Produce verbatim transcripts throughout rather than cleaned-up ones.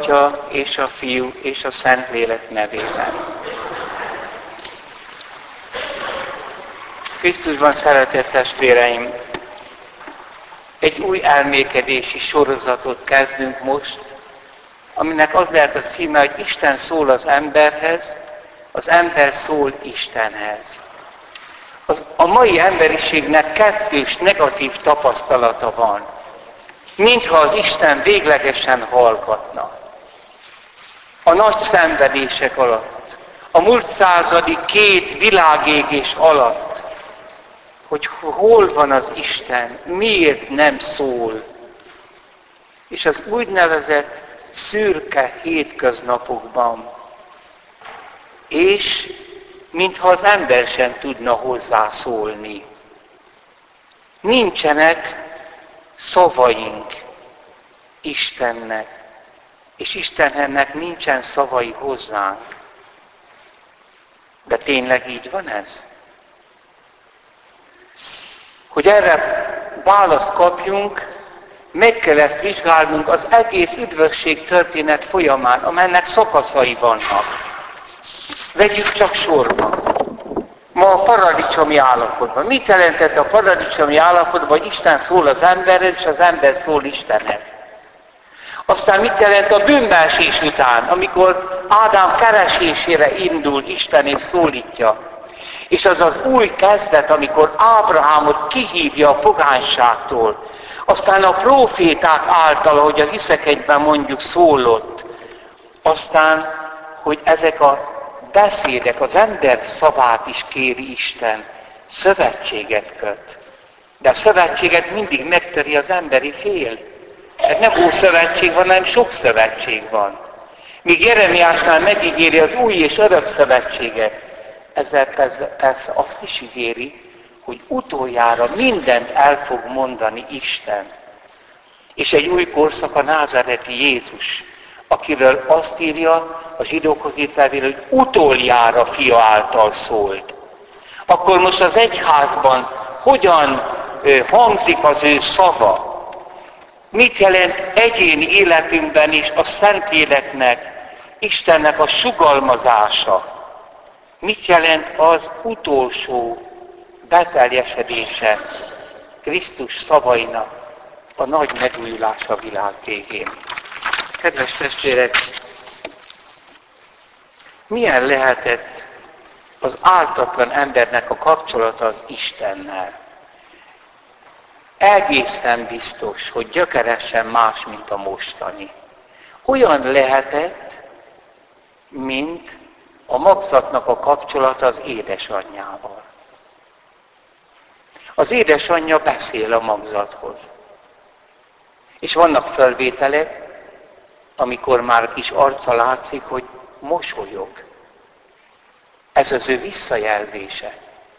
Atya és a Fiú és a Szentlélek nevében. Krisztusban szeretett testvéreim, egy új elmélkedési sorozatot kezdünk most, aminek az lehet a címe, hogy Isten szól az emberhez, az ember szól Istenhez. Az, a mai emberiségnek kettős negatív tapasztalata van. Mintha az Isten véglegesen hallgatna. A nagy szenvedések alatt, a múlt századi két világégés alatt, hogy hol van az Isten, miért nem szól. És az úgynevezett szürke hétköznapokban, és mintha az ember sem tudna hozzászólni. Nincsenek szavaink Istennek, és Istennek nincsen szavai hozzánk. De tényleg így van ez? Hogy erre választ kapjunk, meg kell ezt vizsgálnunk az egész üdvösség történet folyamán, amelynek szakaszai vannak. Vegyük csak sorba. Ma a paradicsomi állapotban. Mit jelentett a paradicsomi állapotban, hogy Isten szól az emberhez, és az ember szól Istenhez? Aztán mit jelent a bűnbeesés után, amikor Ádám keresésére indul Isten és szólítja? És az az új kezdet, amikor Ábrahámot kihívja a pogányságtól, aztán a próféták által, ahogy az Iszekegyben mondjuk szólott, aztán, hogy ezek a beszédek, az ember szavát is kéri Isten, szövetséget köt. De a szövetséget mindig megtöri az emberi fél. Ez nem ószövetség van, hanem sok szövetség van. Míg Jeremiásnál megígéri az új és örök szövetséget, ezzel persze azt is ígéri, hogy utoljára mindent el fog mondani Isten. És egy új korszak a názáreti Jézus, akiről azt írja a zsidókhoz írt levél, hogy utoljára fia által szólt. Akkor most az egyházban hogyan hangzik az ő szava? Mit jelent egyéni életünkben is a Szentléleknek, Istennek a sugalmazása? Mit jelent az utolsó beteljesedése Krisztus szavainak, a nagy megújulás a világ végén? Kedves testvérek, milyen lehetett az ártatlan embernek a kapcsolata az Istennel? Egészen biztos, hogy gyökeresen más, mint a mostani. Olyan lehetett, mint a magzatnak a kapcsolata az édesanyjával. Az édesanyja beszél a magzathoz. És vannak felvételek, amikor már a kis arca látszik, hogy mosolyog. Ez az ő visszajelzése.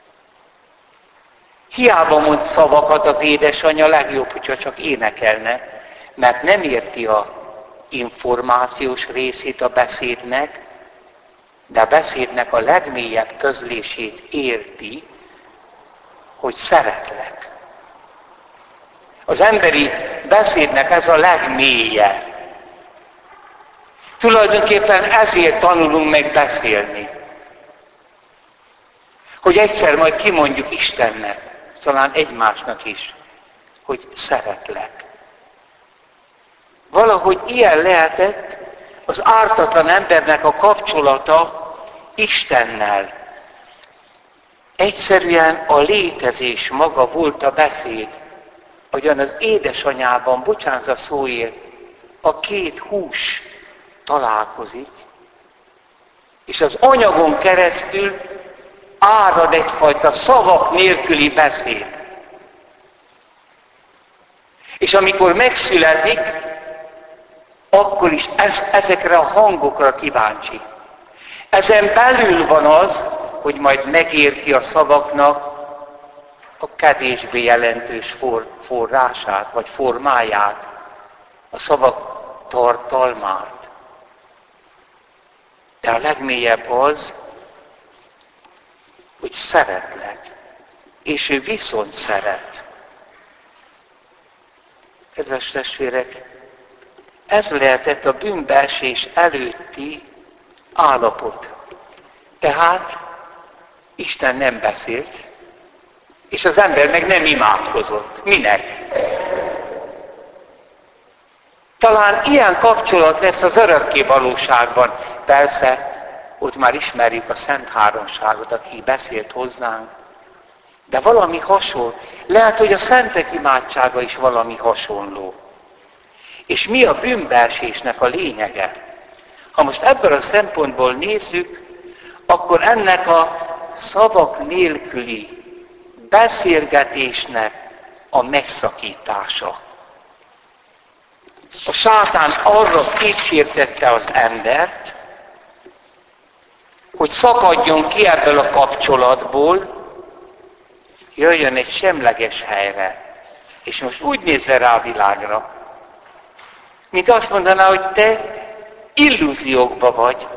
Hiába mond szavakat az édesanyja, legjobb, hogyha csak énekelne, mert nem érti a információs részét a beszédnek, de a beszédnek a legmélyebb közlését érti, hogy szeretlek. Az emberi beszédnek ez a legmélyebb. Tulajdonképpen ezért tanulunk meg beszélni. Hogy egyszer majd kimondjuk Istennek, talán egymásnak is, hogy szeretlek. Valahogy ilyen lehetett az ártatlan embernek a kapcsolata Istennel. Egyszerűen a létezés maga volt a beszéd. Ahogyan az édesanyában, bocsánat a szóért, a két hús találkozik, és az anyagon keresztül árad egyfajta szavak nélküli beszéd. És amikor megszületik, akkor is ez, ezekre a hangokra kíváncsi. Ezen belül van az, hogy majd megérti a szavaknak a kevésbé jelentős for, forrását, vagy formáját, a szavak tartalmát. De a legmélyebb az, hogy szeretlek, és ő viszont szeret. Kedves testvérek, Ez lehetett a bűnbeesés előtti állapot. Tehát Isten nem beszélt, és az ember meg nem imádkozott. Minek? Talán ilyen kapcsolat lesz az örökké valóságban. Persze, ott már ismerjük a Szent Háromságot, aki beszélt hozzánk. De valami hasonló. Lehet, hogy a szentek imádsága is valami hasonló. És mi a bűnbeesésnek a lényege? Ha most ebből a szempontból nézzük, akkor ennek a szavak nélküli beszélgetésnek a megszakítása. A sátán arra kísértette az embert, hogy szakadjon ki ebből a kapcsolatból, jöjjön egy semleges helyre. És most úgy nézze rá a világra, mint azt mondaná, hogy te illúziókba vagy.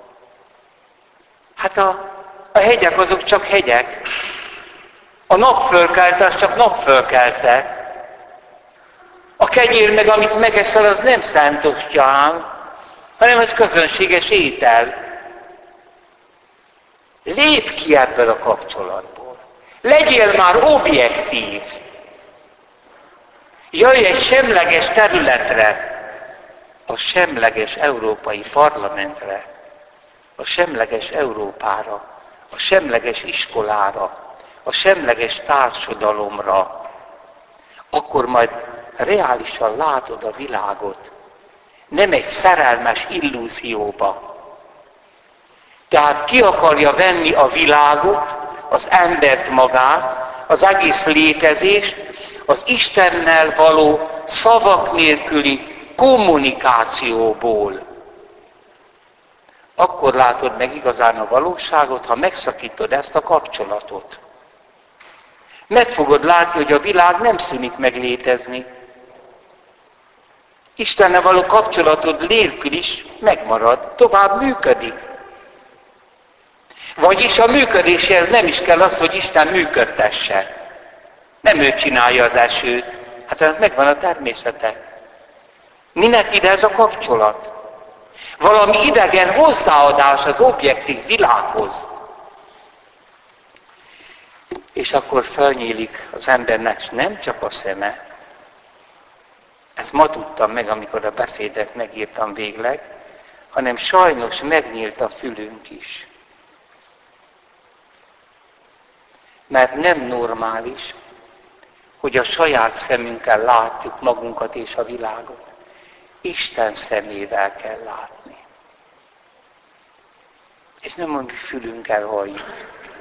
Hát a, a hegyek azok csak hegyek. A nap fölkelte, az csak nap fölkelte. A kenyér meg, amit megeszel, az nem szántostja ám, hanem az közönséges étel. Lépj ki ebből a kapcsolatból. Legyél már objektív. Jöjj egy semleges területre, a semleges Európai Parlamentre, a semleges Európára, a semleges iskolára, a semleges társadalomra. Akkor majd reálisan látod a világot, nem egy szerelmes illúzióba. Tehát ki akarja venni a világot, az embert magát, az egész létezést, az Istennel való szavak nélküli kommunikációból. Akkor látod meg igazán a valóságot, ha megszakítod ezt a kapcsolatot. Meg fogod látni, hogy a világ nem szűnik meg létezni. Istennel való kapcsolatod nélkül is megmarad, tovább működik. Vagyis a működéséhez nem is kell az, hogy Isten működtesse. Nem ő csinálja az esőt, hát ennek megvan a természete. Minek ide ez a kapcsolat? Valami idegen hozzáadás az objektív világhoz. És akkor felnyílik az embernek nem csak a szeme, ezt ma tudtam meg, amikor a beszédet megírtam végleg, hanem sajnos megnyílt a fülünk is. Mert nem normális, hogy a saját szemünkkel látjuk magunkat és a világot. Isten szemével kell látni. És nem mondjuk fülünkkel halljuk,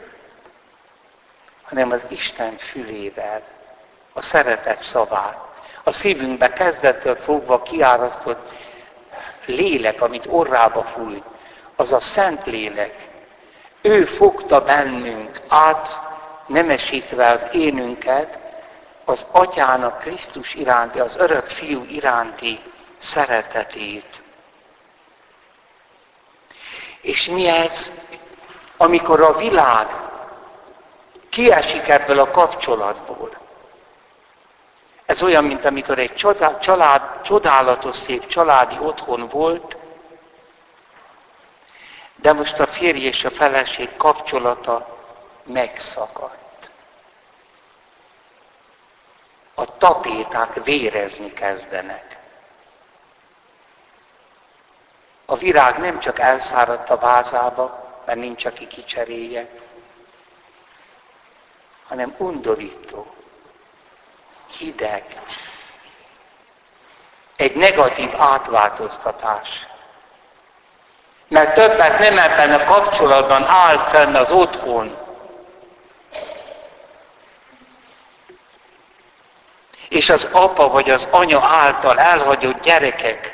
hanem az Isten fülével, a szeretet szavát, a szívünkbe kezdettől fogva kiárasztott lélek, amit orrába fúj, az a Szent Lélek. Ő fogta bennünk át, nemesítve az énünket, az Atyának Krisztus iránti, az örök Fiú iránti szeretetét. És mi ez, amikor a világ kiesik ebből a kapcsolatból? Ez olyan, mint amikor egy csodálatos, család, csodálatos szép családi otthon volt, de most a férj és a feleség kapcsolata megszakadt. A tapéták vérezni kezdenek. A virág nem csak elszáradt a vázába, mert nincs, aki kicserélje, hanem undorító, hideg, egy negatív átváltoztatás. Mert többet nem ebben a kapcsolatban áll fenn az otthon. És az apa vagy az anya által elhagyott gyerekek,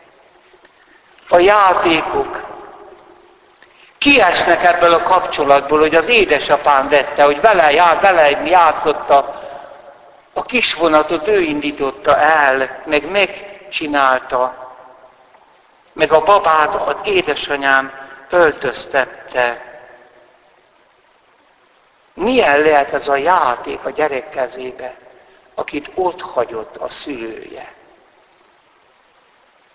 a játékok kiesnek ebből a kapcsolatból, hogy az édesapám vette, hogy vele, jár, vele játszott a, a kisvonatot, ő indította el, meg megcsinálta, meg a babát az édesanyám öltöztette. Milyen lehet ez a játék a gyerek kezébe, akit ott hagyott a szülője?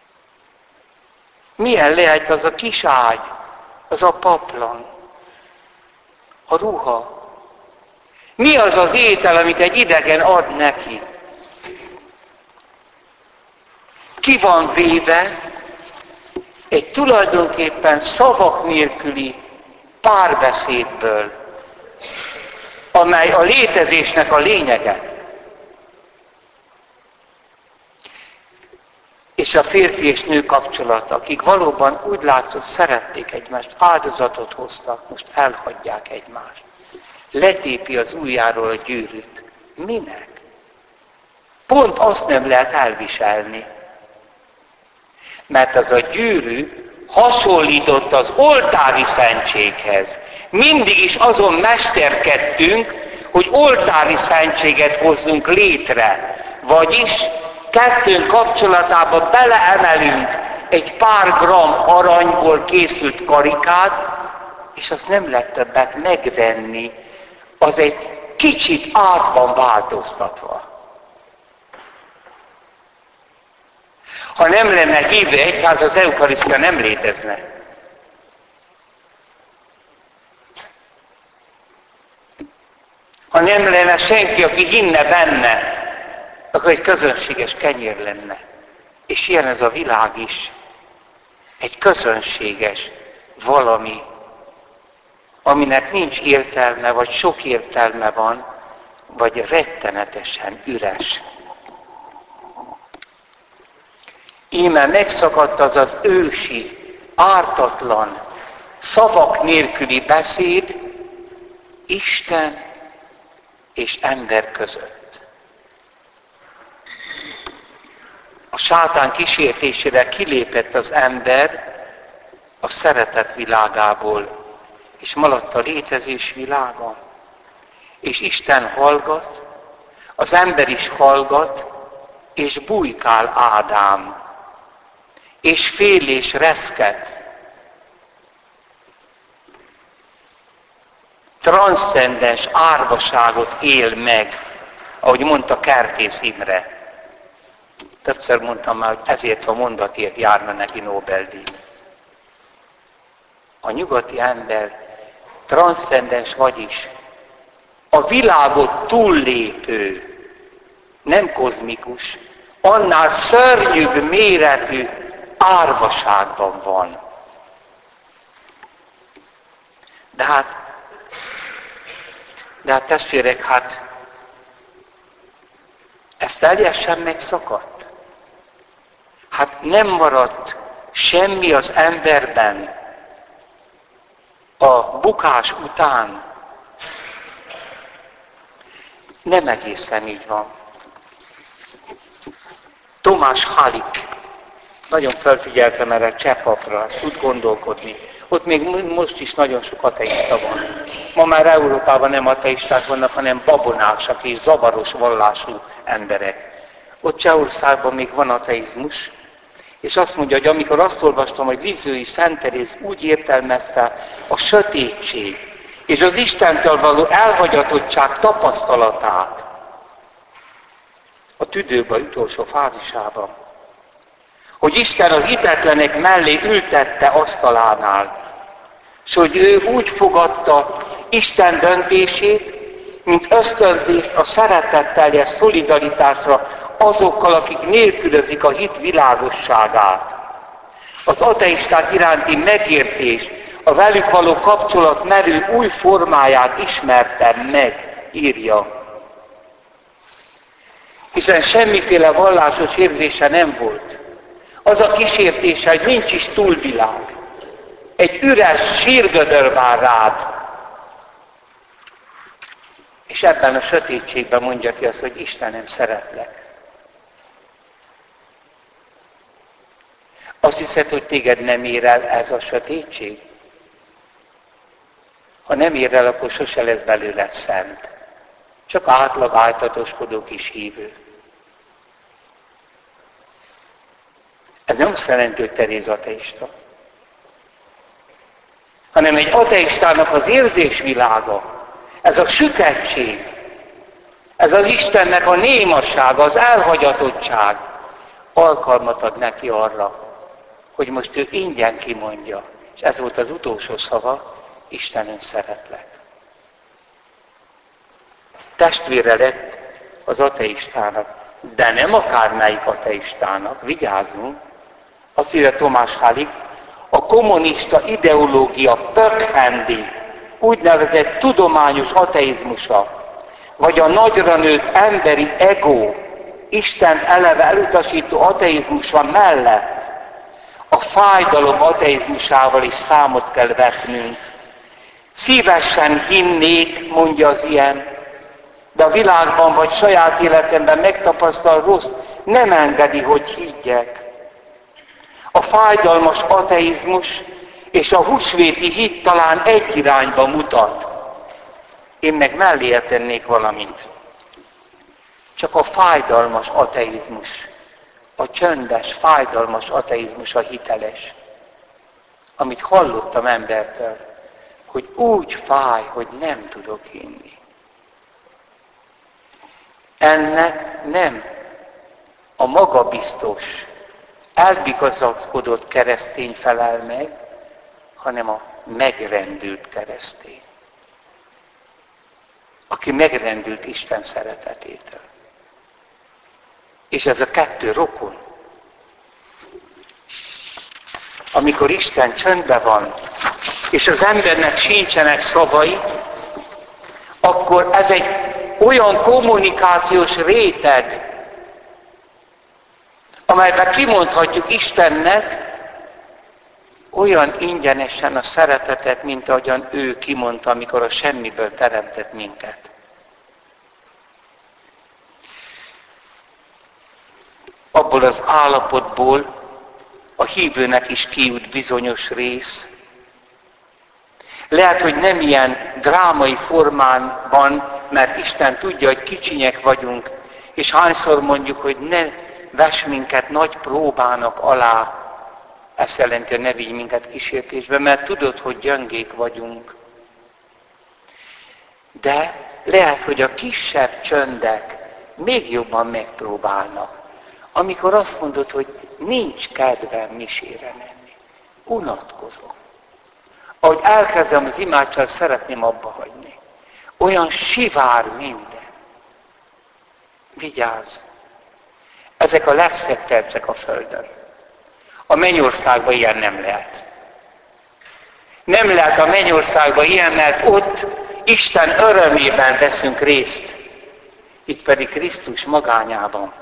Milyen lehet az a kis ágy, az a paplan, a ruha? Mi az az étel, amit egy idegen ad neki? Ki van véve egy tulajdonképpen szavak nélküli párbeszédből, amely a létezésnek a lényege. És a férfi és nő kapcsolata, akik valóban úgy látszott, szerették egymást, áldozatot hoztak, most elhagyják egymást. Letépi az ujjáról a gyűrűt. Minek? Pont azt nem lehet elviselni. Mert az a gyűrű hasonlított az oltári szentséghez. Mindig is azon mesterkedtünk, hogy oltári szentséget hozzunk létre. Vagyis kettőnk kapcsolatába beleemelünk egy pár gram aranyból készült karikát, és azt nem lehet többet megvenni. Az egy kicsit át van változtatva. Ha nem lenne hívő egyház, az eukarisztia nem létezne. Ha nem lenne senki, aki hinne benne, akkor egy közönséges kenyér lenne. És ilyen ez a világ is. Egy közönséges valami, aminek nincs értelme, vagy sok értelme van, vagy rettenetesen üres. Íme megszakadt az az ősi, ártatlan, szavak nélküli beszéd Isten és ember között. A sátán kísértésére kilépett az ember a szeretet világából, és maradt a létezés világa. És Isten hallgat, az ember is hallgat, és bujkál Ádám, és fél és reszket. Transzcendens árvaságot él meg, ahogy mondta Kertész Imre. Többször mondtam már, hogy ezért a mondatért járna neki Nobel-díj. A nyugati ember transzcendens, vagyis a világot túllépő, nem kozmikus, annál szörnyűbb méretű árvaságban van. De hát, de hát testvérek, hát ez teljesen megszakadt. Hát nem maradt semmi az emberben a bukás után. Nem egészen így van. Tomás Halik, nagyon felfigyeltem erre a Csepapra, azt tud gondolkodni. Ott még most is nagyon sok ateista van. Ma már Európában nem ateisták vannak, hanem babonások és zavaros vallású emberek. Ott Csehországban még van ateizmus, és azt mondja, hogy amikor azt olvastam, hogy Lisieux Szent Teréz úgy értelmezte a sötétség és az Istentől való elhagyatottság tapasztalatát a tüdőbe utolsó fázisában, hogy Isten a hitetlenek mellé ültette asztalánál, és hogy ő úgy fogadta Isten döntését, mint ösztönzést a szeretetteljes szolidaritásra azokkal, akik nélkülözik a hit világosságát. Az ateisták iránti megértés, a velük való kapcsolat merő új formáját ismertem meg, írja. Hiszen semmiféle vallásos érzése nem volt. Az a kísértése, hogy nincs is túlvilág. Egy üres sírgödör vár rád. És ebben a sötétségben mondja ki azt, hogy Istenem, szeretlek. Azt hiszed, hogy téged nem ér el ez a sötétség? Ha nem ér el, akkor sose lesz belőle szent. Csak átlag áltatoskodó kis hívő. Ez nem azt jelenti, hogy Teréz ateista. Hanem egy ateistának az érzésvilága, ez a süketség, ez az Istennek a némasága, az elhagyatottság alkalmat ad neki arra, hogy most ő ingyen kimondja, és ez volt az utolsó szava, Istenem, szeretlek. Testvére lett az ateistának, de nem akármelyik ateistának, vigyázzunk, azt írja Tomás Halleck, a kommunista ideológia pökhendi, úgynevezett tudományos ateizmusa, vagy a nagyra nőtt emberi ego, Isten eleve elutasító ateizmusa mellett a fájdalom ateizmusával is számot kell vetnünk. Szívesen hinnék, mondja az ilyen, de a világban vagy saját életemben megtapasztal rossz nem engedi, hogy higgyek. A fájdalmas ateizmus és a húsvéti hit talán egy irányba mutat. Én meg mellé tennék valamit. Csak a fájdalmas ateizmus, a csöndes, fájdalmas ateizmus a hiteles. Amit hallottam embertől, hogy úgy fáj, hogy nem tudok hinni. Ennek nem a magabiztos, elbigazkodott keresztény felel meg, hanem a megrendült keresztény. Aki megrendült Isten szeretetétől. És ez a kettő rokon. Amikor Isten csöndben van, és az embernek sincsenek szavai, akkor ez egy olyan kommunikációs réteg, amelyben kimondhatjuk Istennek olyan ingyenesen a szeretetet, mint ahogyan ő kimondta, amikor a semmiből teremtett minket. Abból az állapotból a hívőnek is kijut bizonyos rész. Lehet, hogy nem ilyen drámai formán van, mert Isten tudja, hogy kicsinyek vagyunk, és hányszor mondjuk, hogy ne vess minket nagy próbának alá. Ezt jelenti, hogy ne vigy minket kísértésbe, mert tudod, hogy gyöngék vagyunk. De lehet, hogy a kisebb csöndek még jobban megpróbálnak. Amikor azt mondod, hogy nincs kedvem misére menni. Unatkozom. Ahogy elkezdem az imádságot, szeretném abba hagyni. Olyan sivár minden. Vigyázz! Ezek a legszebb percek a Földön. A mennyországban ilyen nem lehet. Nem lehet a mennyországban ilyen, mert ott Isten örömében veszünk részt. Itt pedig Krisztus magányában.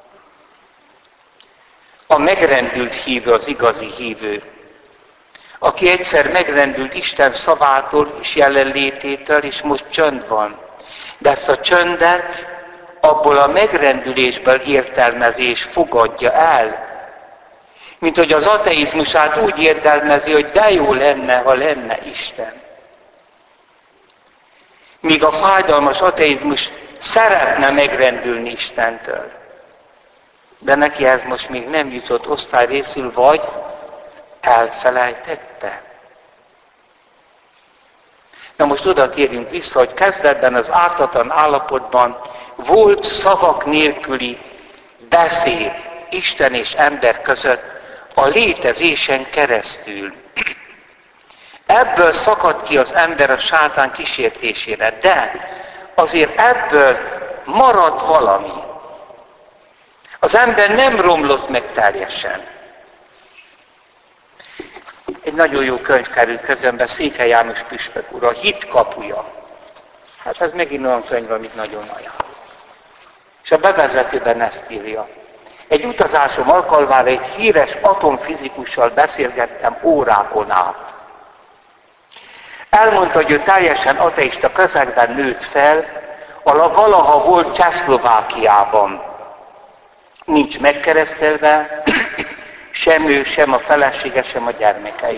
A megrendült hívő az igazi hívő, aki egyszer megrendült Isten szavától és jelenlététől, és most csönd van. De ezt a csöndet abból a megrendülésből értelmezés fogadja el. Mint hogy az ateizmusát úgy értelmezi, hogy de jó lenne, ha lenne Isten. Míg a fájdalmas ateizmus szeretne megrendülni Istentől. De neki ez most még nem jutott osztály részül, vagy elfelejtette. Na most oda térjünk vissza, hogy kezdetben az ártatlan állapotban volt szavak nélküli beszéd Isten és ember között a létezésen keresztül. Ebből szakadt ki az ember a sátán kísértésére, de azért ebből maradt valami. Az ember nem romlott meg teljesen. Egy nagyon jó könyv kerül kezembe, Székely János püspök úr, a Hit kapuja. Hát ez megint olyan könyv, amit nagyon ajánlom. És a bevezetőben ezt írja. Egy utazásom alkalmára egy híres atomfizikussal beszélgettem órákon át. Elmondta, hogy ő teljesen ateista közegben nőtt fel, a valaha volt Csehszlovákiában. Nincs megkeresztelve, sem ő, sem a felesége, sem a gyermekei.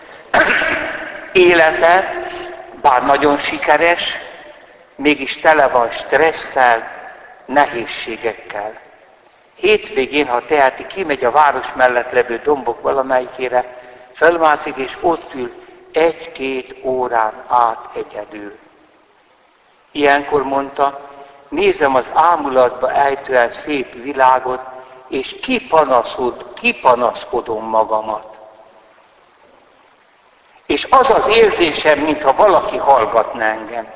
Élete, bár nagyon sikeres, mégis tele van stresszel, nehézségekkel. Hétvégén, ha teheti, kimegy a város mellett levő dombok valamelyikére, fölmászik és ott ül egy-két órán át egyedül. Ilyenkor mondta, nézem az ámulatba ejtően szép világot, és kipanaszod, kipanaszkodom magamat. És az az érzésem, mintha valaki hallgatna engem.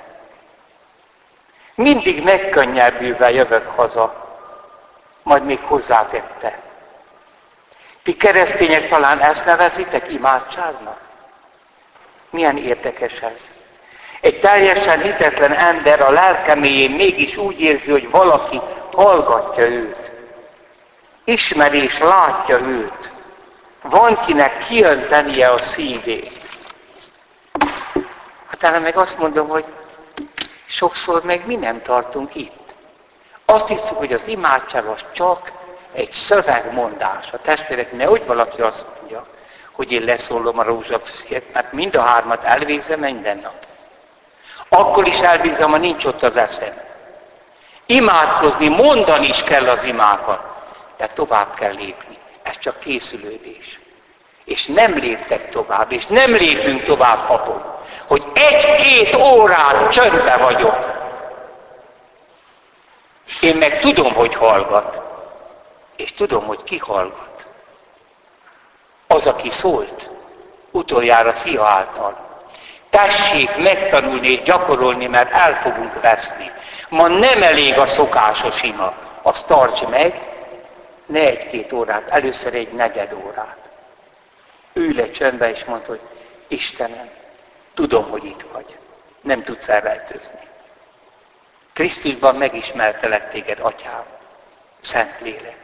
Mindig megkönnyebbülve jövök haza, majd még hozzátette. Ti keresztények talán ezt nevezitek imádságnak? Milyen érdekes ez. Egy teljesen hitetlen ember a lelke mélyén mégis úgy érzi, hogy valaki hallgatja őt. Ismeri és látja őt. Van kinek kiöntenie a szívét. Utána meg azt mondom, hogy sokszor meg mi nem tartunk itt. Azt hiszük, hogy az imádság az csak egy szövegmondás. A testvérek, nehogy valaki azt mondja, hogy én leszólom a rózsafüszket, mert mind a hármat elvégzem minden nap. Akkor is elvégzem, ha nincs ott az eszem. Imádkozni, mondani is kell az imákat, de tovább kell lépni. Ez csak készülődés. És nem léptek tovább, és nem lépünk tovább abból, hogy egy-két órát csöndbe vagyok. Én meg tudom, hogy hallgat, és tudom, hogy ki hallgat. Az, aki szólt, utoljára Fia által. Tessék megtanulni és gyakorolni, mert el fogunk veszni. Ma nem elég a szokásos ima. Azt tarts meg, ne egy-két órát, először egy negyed órát. Ülj le csöndbe és mondd, hogy Istenem, tudom, hogy itt vagy. Nem tudsz elrejtőzni. Krisztusban megismertelek téged, Atyám, Szentlélek.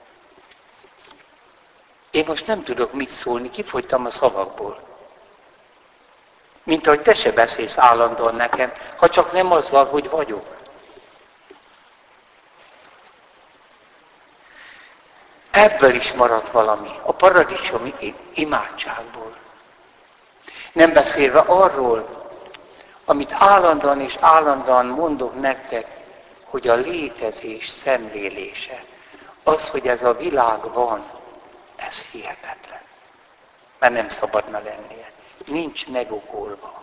Én most nem tudok mit szólni, kifogytam a szavakból. Mint ahogy te se beszélsz állandóan nekem, ha csak nem azzal, hogy vagyok. Ebből is maradt valami, a paradicsomi imádságból. Nem beszélve arról, amit állandóan és állandóan mondok nektek, hogy a létezés szemlélése, az, hogy ez a világ van, ez hihetetlen. Mert nem szabadna lennie. Nincs megokolva.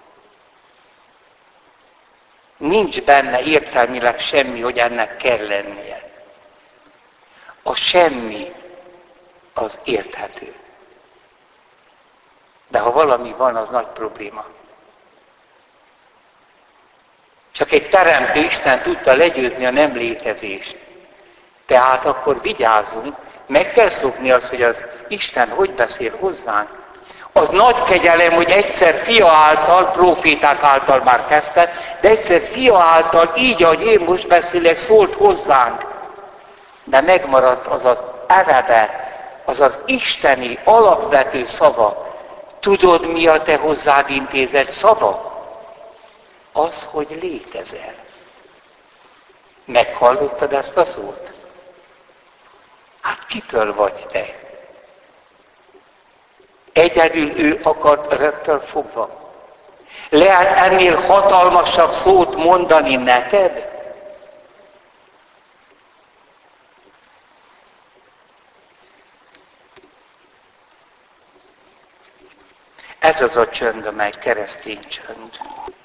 Nincs benne értelmileg semmi, hogy ennek kell lennie. A semmi az érthető. De ha valami van, az nagy probléma. Csak egy teremtő Isten tudta legyőzni a nem létezést. Tehát akkor vigyázzunk, meg kell szokni azt, hogy az Isten hogy beszél hozzánk. Az nagy kegyelem, hogy egyszer Fia által, proféták által már kezdte, de egyszer Fia által, így, ahogy én most beszélek, szólt hozzánk. De megmaradt az az eredet, az az isteni alapvető szava. Tudod, mi a te hozzád intézett szava? Az, hogy létezel. Meghallottad ezt a szót? Hát kitől vagy te? Egyedül ő akart rögtön fogva. Lehet ennél hatalmasabb szót mondani neked? Ez az a csönd, amely keresztény csönd.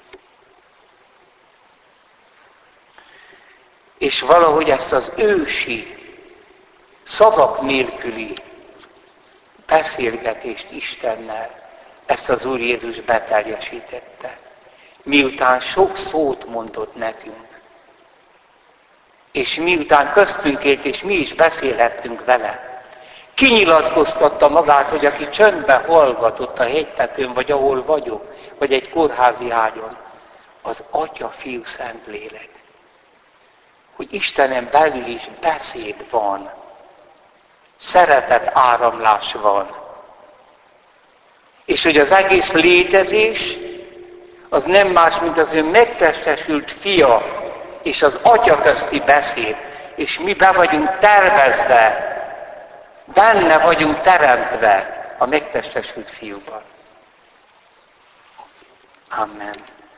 És valahogy ezt az ősi, szavak nélküli beszélgetést Istennel, ezt az Úr Jézus beteljesítette. Miután sok szót mondott nekünk, és miután köztünk élt, és mi is beszélhettünk vele, kinyilatkoztatta magát, hogy aki csöndben hallgatott a hegytetőn, vagy ahol vagyok, vagy egy kórházi ágyon, az Atya, Fiú, Szentlélek. Hogy Istenem belül is beszéd van, szeretet áramlás van. És hogy az egész létezés, az nem más, mint az ő megtestesült Fia, és az Atya közti beszéd, és mi be vagyunk tervezve, benne vagyunk teremtve a megtestesült Fiúban. Amen.